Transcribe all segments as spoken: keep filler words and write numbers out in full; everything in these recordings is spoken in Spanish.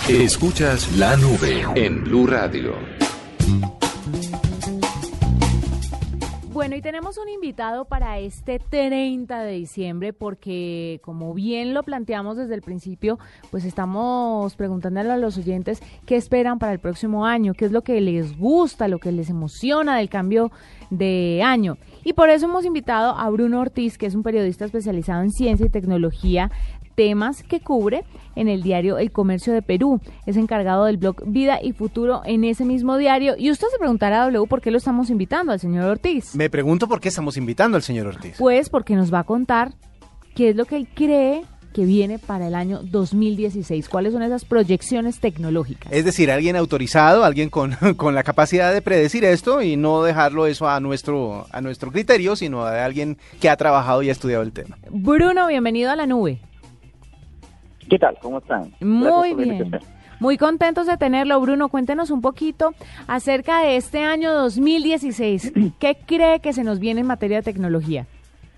Escuchas La Nube en Blue Radio. Bueno, y tenemos un invitado para este treinta de diciembre porque, como bien lo planteamos desde el principio, pues estamos preguntándole a los oyentes qué esperan para el próximo año, qué es lo que les gusta, lo que les emociona del cambio de año. Y por eso hemos invitado a Bruno Ortiz, que es un periodista especializado en ciencia y tecnología, temas que cubre en el diario El Comercio de Perú. Es encargado del blog Vida y Futuro en ese mismo diario. Y usted se preguntará, W, ¿por qué lo estamos invitando al señor Ortiz? Me pregunto por qué estamos invitando al señor Ortiz. Pues porque nos va a contar qué es lo que él cree que viene para el año dos mil dieciséis. ¿Cuáles son esas proyecciones tecnológicas? Es decir, alguien autorizado, alguien con, con la capacidad de predecir esto y no dejarlo eso a nuestro, a nuestro criterio, sino a alguien que ha trabajado y ha estudiado el tema. Bruno, bienvenido a La Nube. ¿Qué tal? ¿Cómo están? Muy bien. Muy contentos de tenerlo, Bruno. Cuéntenos un poquito acerca de este año dos mil dieciséis. ¿Qué cree que se nos viene en materia de tecnología?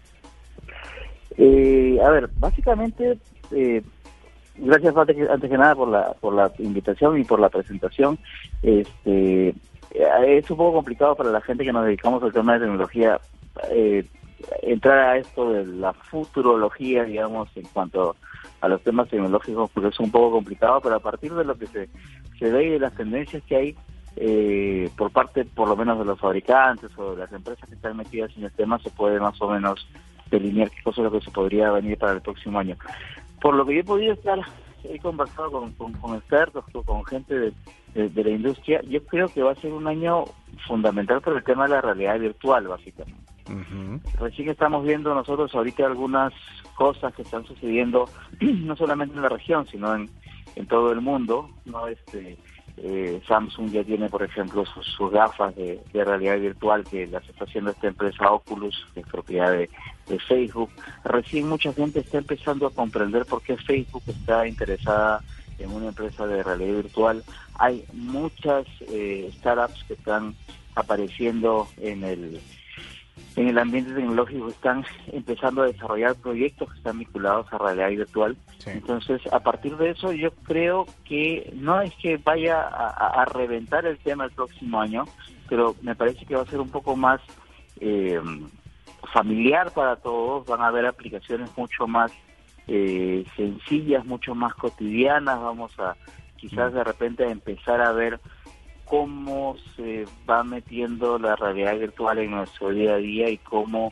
Eh, a ver, básicamente, eh, gracias antes que, antes que nada por la por la invitación y por la presentación. Este, es un poco complicado para la gente que nos dedicamos al tema de tecnología eh, entrar a esto de la futurología, digamos, en cuanto a los temas tecnológicos, porque es un poco complicado, pero a partir de lo que se, se ve y de las tendencias que hay eh, por parte, por lo menos, de los fabricantes o de las empresas que están metidas en el tema, se puede más o menos delinear qué cosa es lo que se podría venir para el próximo año. Por lo que yo he podido estar, he conversado con, con, con expertos, con gente de, de, de la industria, yo creo que va a ser un año fundamental por el tema de la realidad virtual, básicamente. Uh-huh. Recién estamos viendo nosotros ahorita algunas cosas que están sucediendo no solamente en la región, sino en, en todo el mundo, ¿no? Este eh, Samsung ya tiene, por ejemplo, sus, sus gafas de, de realidad virtual que las está haciendo esta empresa Oculus, que es propiedad de, de Facebook. Recién mucha gente está empezando a comprender por qué Facebook está interesada en una empresa de realidad virtual. Hay muchas eh, startups que están apareciendo en el en el ambiente tecnológico, están empezando a desarrollar proyectos que están vinculados a realidad virtual. Sí. Entonces, a partir de eso, yo creo que no es que vaya a, a reventar el tema el próximo año, pero me parece que va a ser un poco más eh, familiar para todos. Van a haber aplicaciones mucho más eh, sencillas, mucho más cotidianas. Vamos a quizás de repente a empezar a ver cómo se va metiendo la realidad virtual en nuestro día a día y cómo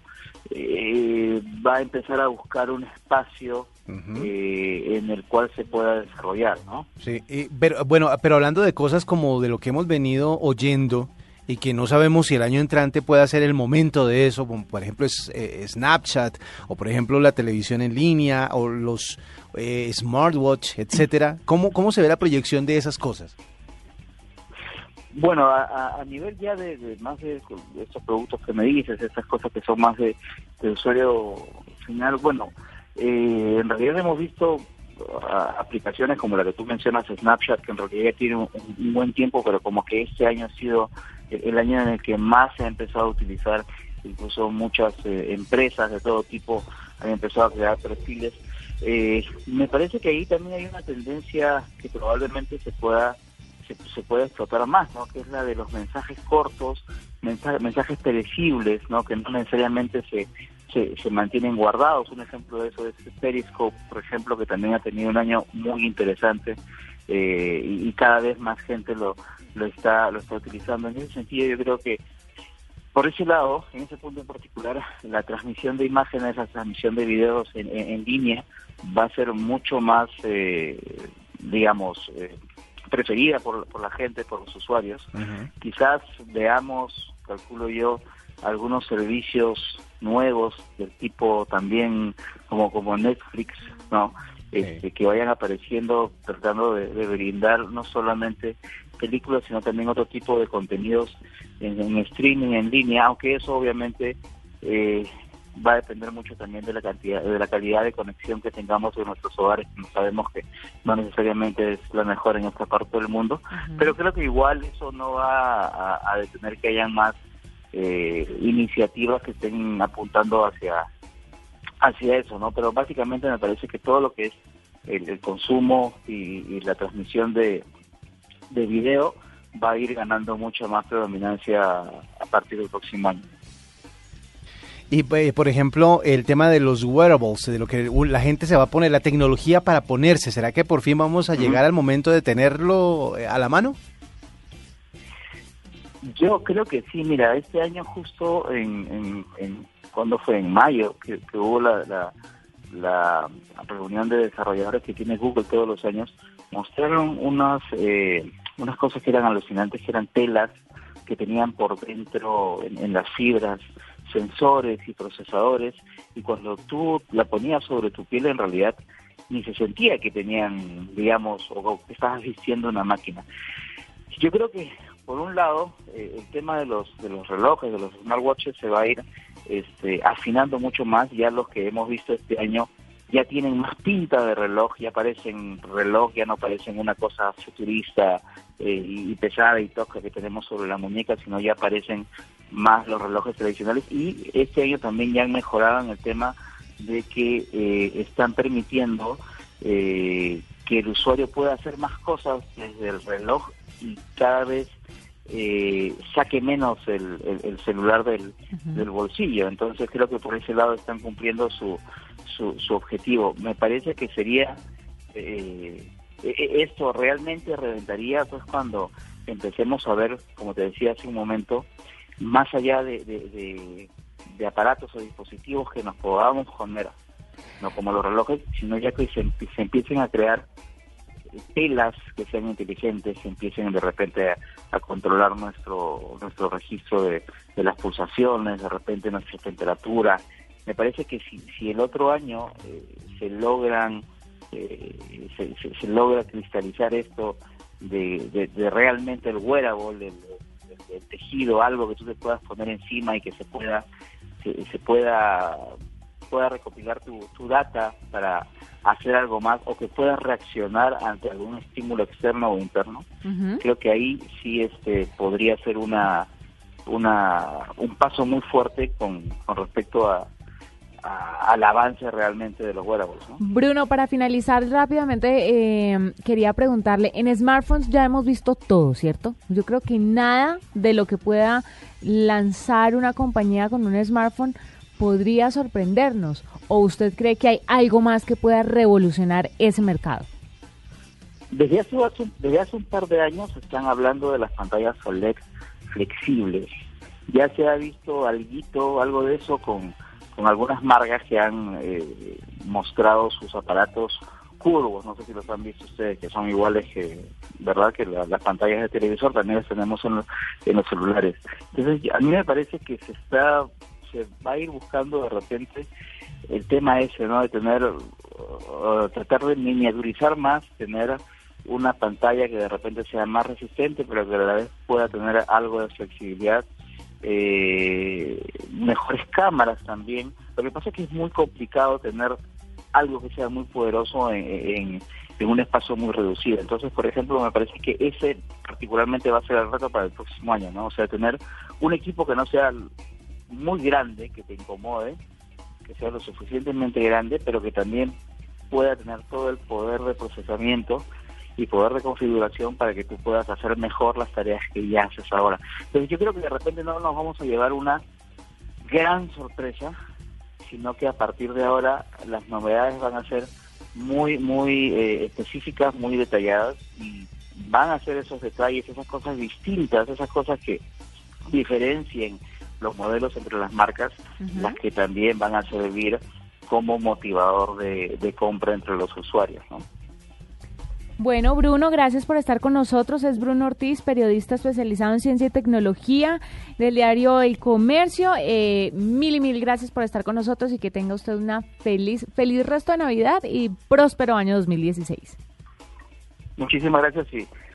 eh, va a empezar a buscar un espacio uh-huh. eh, en el cual se pueda desarrollar, ¿no? Sí, y, pero bueno, pero hablando de cosas como de lo que hemos venido oyendo y que no sabemos si el año entrante pueda ser el momento de eso, como por ejemplo es eh, Snapchat, o por ejemplo la televisión en línea, o los eh, smartwatch, etcétera. ¿Cómo, cómo se ve la proyección de esas cosas? Bueno, a, a nivel ya de, de más de, de estos productos que me dices, estas cosas que son más de, de usuario final, bueno, eh, en realidad hemos visto a, aplicaciones como la que tú mencionas, Snapchat, que en realidad ya tiene un, un buen tiempo, pero como que este año ha sido el, el año en el que más se ha empezado a utilizar, incluso muchas eh, empresas de todo tipo han empezado a crear perfiles. Eh, me parece que ahí también hay una tendencia que probablemente se pueda Se, se puede explotar más, ¿no? Que es la de los mensajes cortos, mensajes, mensajes perecibles, ¿no? Que no necesariamente se, se se mantienen guardados. Un ejemplo de eso es Periscope, por ejemplo, que también ha tenido un año muy interesante eh, y, y cada vez más gente lo lo está lo está utilizando. En ese sentido, yo creo que por ese lado, en ese punto en particular, la transmisión de imágenes, la transmisión de videos en, en, en línea va a ser mucho más, eh, digamos, eh, preferida por, por la gente, por los usuarios. Uh-huh. Quizás veamos, calculo yo, algunos servicios nuevos del tipo también como como Netflix, ¿no? Este, sí. Que vayan apareciendo tratando de, de brindar no solamente películas, sino también otro tipo de contenidos en, en streaming, en línea, aunque eso obviamente eh, va a depender mucho también de la cantidad, de la calidad de conexión que tengamos en nuestros hogares. No sabemos que no necesariamente es la mejor en esta parte del mundo, uh-huh. pero creo que igual eso no va a, a detener que hayan más eh, iniciativas que estén apuntando hacia hacia eso, ¿no? Pero básicamente me parece que todo lo que es el, el consumo y, y la transmisión de, de video va a ir ganando mucha más predominancia a partir del próximo año. Y, por ejemplo, el tema de los wearables, de lo que la gente se va a poner, la tecnología para ponerse, ¿será que por fin vamos a uh-huh. llegar al momento de tenerlo a la mano? Yo creo que sí. Mira, este año justo en, en, en cuando fue en mayo que, que hubo la, la, la reunión de desarrolladores que tiene Google todos los años, mostraron unas eh, unas cosas que eran alucinantes, que eran telas que tenían por dentro en, en las fibras sensores y procesadores, y cuando tú la ponías sobre tu piel en realidad ni se sentía que tenían, digamos, o que estabas vistiendo una máquina. Yo creo que por un lado eh, el tema de los de los relojes, de los smartwatches se va a ir este, afinando mucho más. Ya los que hemos visto este año ya tienen más pinta de reloj, ya parecen reloj, ya no parecen una cosa futurista eh, y, y pesada y tosca que tenemos sobre la muñeca, sino ya parecen más los relojes tradicionales. Y este año también ya han mejorado en el tema de que eh, están permitiendo eh, que el usuario pueda hacer más cosas desde el reloj y cada vez eh, saque menos el, el, el celular del, uh-huh. del bolsillo. Entonces creo que por ese lado están cumpliendo su su, su objetivo. Me parece que sería eh, esto realmente reventaría pues cuando empecemos a ver, como te decía hace un momento, más allá de, de, de, de aparatos o dispositivos que nos podamos poner, no como los relojes, sino ya que se, se empiecen a crear telas que sean inteligentes, que empiecen de repente a, a controlar nuestro nuestro registro de, de las pulsaciones, de repente nuestra temperatura. Me parece que si, si el otro año eh, se logran eh, se, se, se logra cristalizar esto de, de, de realmente el wearable, del, del, del tejido, algo que tú te puedas poner encima y que se pueda se, se pueda pueda recopilar tu, tu data para hacer algo más, o que puedas reaccionar ante algún estímulo externo o interno. Uh-huh. Creo que ahí sí este podría ser una una un paso muy fuerte con, con respecto a al avance realmente de los wearables, ¿no? Bruno, para finalizar rápidamente, eh, quería preguntarle, en smartphones ya hemos visto todo, ¿cierto? Yo creo que nada de lo que pueda lanzar una compañía con un smartphone podría sorprendernos, ¿o usted cree que hay algo más que pueda revolucionar ese mercado? Desde hace, desde hace un par de años están hablando de las pantallas O L E D flexibles. Ya se ha visto alguito, algo de eso con con algunas marcas que han eh, mostrado sus aparatos curvos. No sé si los han visto ustedes, que son iguales que, ¿verdad?, que la, las pantallas de televisor también las tenemos en los, en los celulares. Entonces, a mí me parece que se está se va a ir buscando de repente el tema ese, ¿no?, de tener, uh, tratar de miniaturizar más, tener una pantalla que de repente sea más resistente, pero que a la vez pueda tener algo de flexibilidad. Eh, mejores cámaras también. Lo que pasa es que es muy complicado tener algo que sea muy poderoso en, en, en un espacio muy reducido. Entonces, por ejemplo, me parece que ese particularmente va a ser el reto para el próximo año, ¿no? O sea, tener un equipo que no sea muy grande, que te incomode, que sea lo suficientemente grande, pero que también pueda tener todo el poder de procesamiento y poder de configuración para que tú puedas hacer mejor las tareas que ya haces ahora. Entonces yo creo que de repente no nos vamos a llevar una gran sorpresa, sino que a partir de ahora las novedades van a ser muy, muy eh, específicas, muy detalladas, y van a ser esos detalles, esas cosas distintas, esas cosas que diferencien los modelos entre las marcas, uh-huh. las que también van a servir como motivador de, de compra entre los usuarios, ¿no? Bueno, Bruno, gracias por estar con nosotros. Es Bruno Ortiz, periodista especializado en ciencia y tecnología del diario El Comercio. Eh, mil y mil gracias por estar con nosotros y que tenga usted una feliz, feliz resto de Navidad y próspero año dos mil dieciséis. Muchísimas gracias y